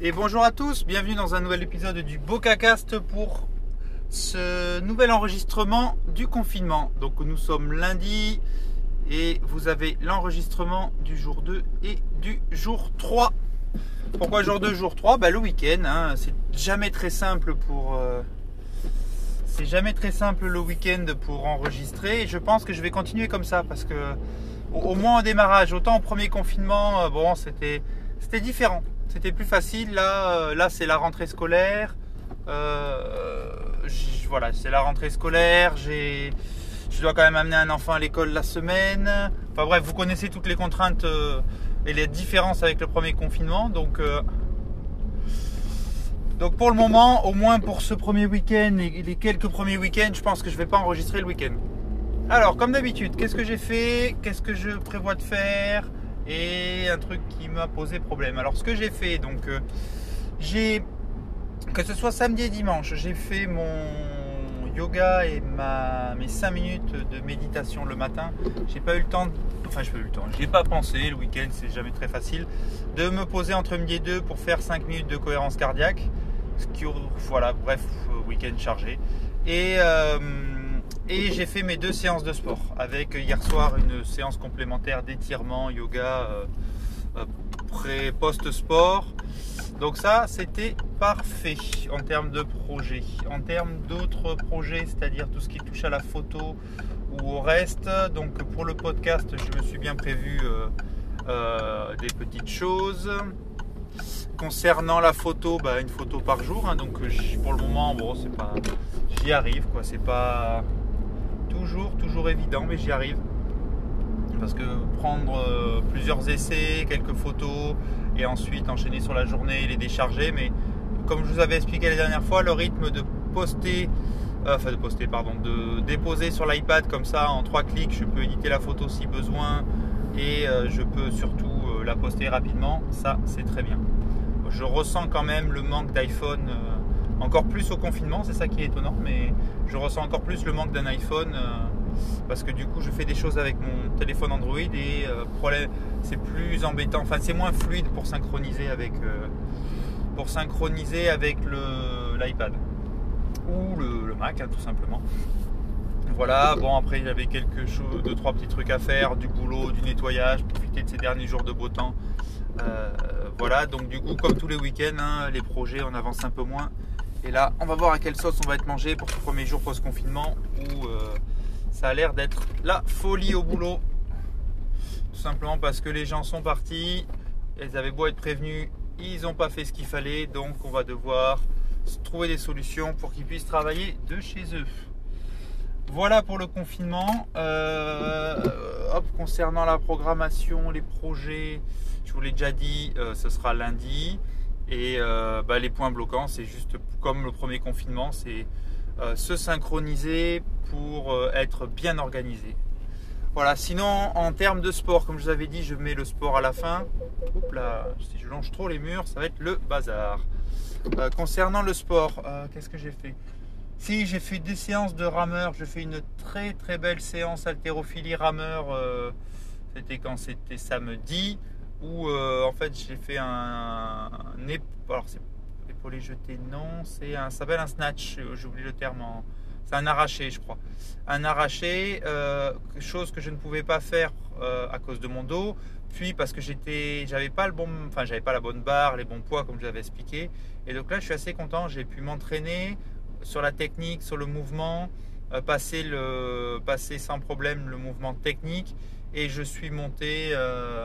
Et bonjour à tous, bienvenue dans un nouvel épisode du BocaCast pour ce nouvel enregistrement du confinement. Donc nous sommes lundi et vous avez l'enregistrement du jour 2 et du jour 3. Pourquoi jour 2, jour 3 ? Le week-end, hein, c'est jamais très simple le week-end pour enregistrer. Et je pense que je vais continuer comme ça parce que au moins au démarrage, autant au premier confinement, c'était différent. C'était plus facile. Là c'est la rentrée scolaire. C'est la rentrée scolaire. Je dois quand même amener un enfant à l'école la semaine. Enfin bref, vous connaissez toutes les contraintes et les différences avec le premier confinement. Donc pour le moment, au moins pour ce premier week-end et les quelques premiers week-ends, je pense que je ne vais pas enregistrer le week-end. Alors, comme d'habitude, qu'est-ce que j'ai fait ? Qu'est-ce que je prévois de faire ? Et un truc qui m'a posé problème. Alors, ce que j'ai fait, que ce soit samedi et dimanche, j'ai fait mon yoga et mes 5 minutes de méditation le matin. J'ai pas pensé, le week-end c'est jamais très facile, de me poser entre midi et 2 pour faire 5 minutes de cohérence cardiaque. Week-end chargé. Et j'ai fait mes 2 séances de sport avec hier soir une séance complémentaire d'étirement, yoga, post-sport. Donc ça, c'était parfait en termes de projets. En termes d'autres projets, c'est-à-dire tout ce qui touche à la photo ou au reste. Donc pour le podcast, je me suis bien prévu des petites choses. Concernant la photo, une photo par jour. Hein, donc pour le moment, j'y arrive. C'est pas toujours évident, mais j'y arrive. Parce que prendre plusieurs essais, quelques photos et ensuite enchaîner sur la journée et les décharger. Mais comme je vous avais expliqué la dernière fois, le rythme de déposer sur l'iPad comme ça en 3 clics, je peux éditer la photo si besoin et je peux surtout la poster rapidement. Ça, c'est très bien. Je ressens quand même le manque d'iPhone encore plus au confinement, c'est ça qui est étonnant, mais je ressens encore plus le manque d'un iPhone parce que du coup je fais des choses avec mon téléphone Android et c'est plus embêtant, enfin c'est moins fluide pour synchroniser avec l'iPad ou le Mac, hein, tout simplement. Voilà, après j'avais 2-3 petits trucs à faire, du boulot, du nettoyage, profiter de ces derniers jours de beau temps. Donc du coup comme tous les week-ends, hein, les projets on avance un peu moins. Et là on va voir à quelle sauce on va être mangé pour ce premier jour post-confinement où ça a l'air d'être la folie au boulot. Tout simplement parce que les gens sont partis, ils avaient beau être prévenus, ils n'ont pas fait ce qu'il fallait, donc on va devoir trouver des solutions pour qu'ils puissent travailler de chez eux. Voilà pour le confinement. Concernant la programmation, les projets, je vous l'ai déjà dit, ce sera lundi. Et les points bloquants, c'est juste comme le premier confinement, c'est se synchroniser pour être bien organisé. Voilà, sinon en termes de sport, comme je vous avais dit, je mets le sport à la fin. Si je longe trop les murs, ça va être le bazar. Concernant le sport, qu'est-ce que j'ai fait ? Si, j'ai fait des séances de rameur, je fais une très très belle séance haltérophilie rameur, c'était samedi, où en fait j'ai fait c'est épaulé jeté, non, ça s'appelle un snatch, j'oublie le terme, c'est un arraché je crois. Un arraché, chose que je ne pouvais pas faire à cause de mon dos, puis parce que j'avais pas la bonne barre, les bons poids comme je l'avais expliqué, et donc là je suis assez content, j'ai pu m'entraîner sur la technique, sur le mouvement, passer sans problème le mouvement technique, et je suis monté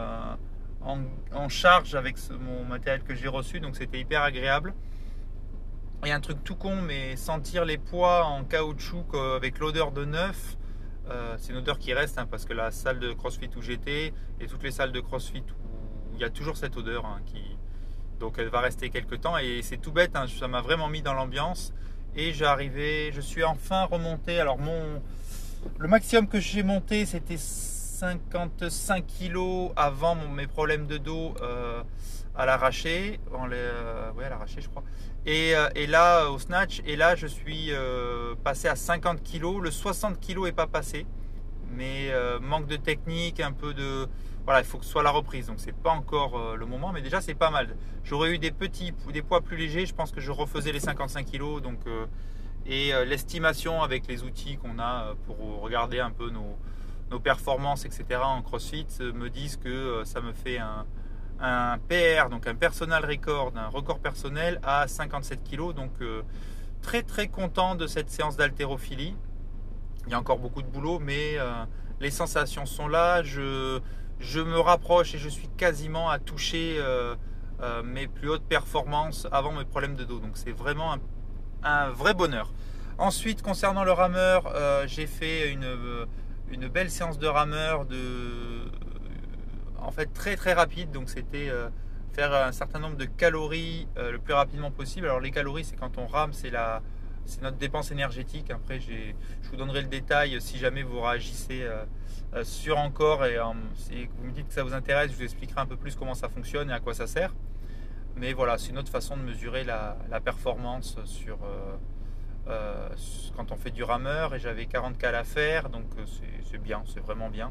en charge avec mon matériel que j'ai reçu, donc c'était hyper agréable. Et un truc tout con, mais sentir les poids en caoutchouc avec l'odeur de neuf, c'est une odeur qui reste, hein, parce que la salle de CrossFit où j'étais et toutes les salles de CrossFit où il y a toujours cette odeur, hein, donc elle va rester quelques temps, et c'est tout bête, hein, ça m'a vraiment mis dans l'ambiance. Et je suis enfin remonté. Alors le maximum que j'ai monté, c'était 55 kg avant mes problèmes de dos à l'arraché, à l'arraché je crois. Et là au snatch, et là je suis passé à 50 kg. Le 60 kg est pas passé, mais manque de technique, un peu de voilà, il faut que ce soit la reprise. Donc c'est pas encore le moment, mais déjà c'est pas mal. J'aurais eu des poids plus légers, je pense que je refaisais les 55 kg. Donc, l'estimation avec les outils qu'on a pour regarder un peu nos performances, etc. en CrossFit, me disent que ça me fait un PR, donc un personal record, un record personnel à 57 kg. Donc très très content de cette séance d'haltérophilie. Il y a encore beaucoup de boulot, mais les sensations sont là. Je me rapproche et je suis quasiment à toucher mes plus hautes performances avant mes problèmes de dos. Donc c'est vraiment un vrai bonheur. Ensuite, concernant le rameur, j'ai fait une belle séance de rameur en fait très très rapide. Donc c'était faire un certain nombre de calories le plus rapidement possible. Alors les calories, c'est quand on rame, c'est notre dépense énergétique. Après, je vous donnerai le détail si jamais vous réagissez sur encore et si vous me dites que ça vous intéresse, je vous expliquerai un peu plus comment ça fonctionne et à quoi ça sert. Mais voilà, c'est une autre façon de mesurer la performance quand on fait du rameur. Et j'avais 40 cales à faire, donc c'est bien, c'est vraiment bien.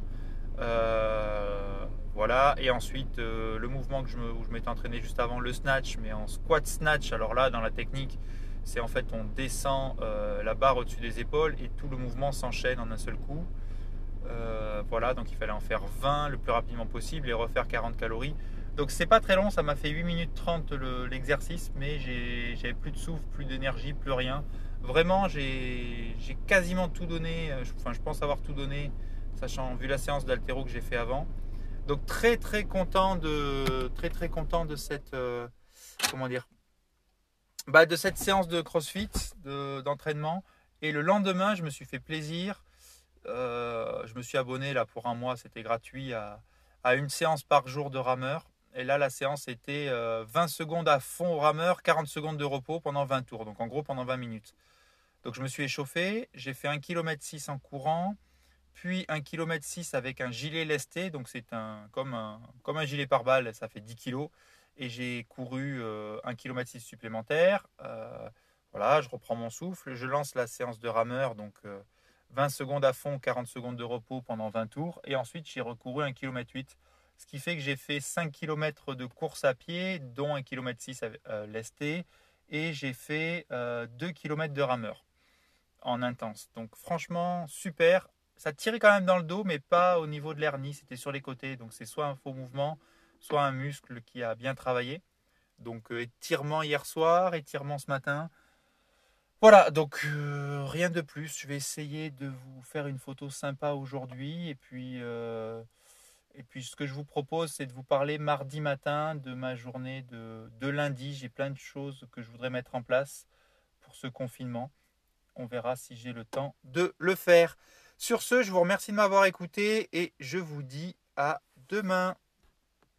Voilà, et ensuite le mouvement où je m'étais entraîné juste avant, le snatch, mais en squat snatch. Alors là, dans la technique, c'est en fait on descend la barre au-dessus des épaules et tout le mouvement s'enchaîne en un seul coup. Voilà, donc il fallait en faire 20 le plus rapidement possible et refaire 40 calories. Donc c'est pas très long, ça m'a fait 8 minutes 30 l'exercice, mais j'avais plus de souffle, plus d'énergie, plus rien. Vraiment, j'ai quasiment tout donné, enfin je pense avoir tout donné, sachant vu la séance d'haltéro que j'ai fait avant. Donc très très content de cette comment dire, de cette séance de CrossFit, d'entraînement. Et le lendemain, je me suis fait plaisir. Je me suis abonné là pour un mois, c'était gratuit à une séance par jour de rameur. Et là, la séance était 20 secondes à fond au rameur, 40 secondes de repos pendant 20 tours. Donc en gros pendant 20 minutes. Donc je me suis échauffé, j'ai fait 1,6 km en courant, puis 1,6 km avec un gilet lesté. Donc c'est comme un gilet pare-balles, ça fait 10 kg. Et j'ai couru 1,6 km supplémentaire. Voilà, je reprends mon souffle, je lance la séance de rameur. Donc 20 secondes à fond, 40 secondes de repos pendant 20 tours. Et ensuite, j'ai recouru 1,8 km. Ce qui fait que j'ai fait 5 km de course à pied, dont 1,6 km lesté. Et j'ai fait 2 km de rameur en intense. Donc franchement, super. Ça tirait quand même dans le dos, mais pas au niveau de l'hernie. C'était sur les côtés. Donc c'est soit un faux mouvement, soit un muscle qui a bien travaillé. Donc étirement hier soir, étirement ce matin. Voilà, donc rien de plus. Je vais essayer de vous faire une photo sympa aujourd'hui. Et puis ce que je vous propose, c'est de vous parler mardi matin de ma journée de lundi. J'ai plein de choses que je voudrais mettre en place pour ce confinement. On verra si j'ai le temps de le faire. Sur ce, je vous remercie de m'avoir écouté et je vous dis à demain.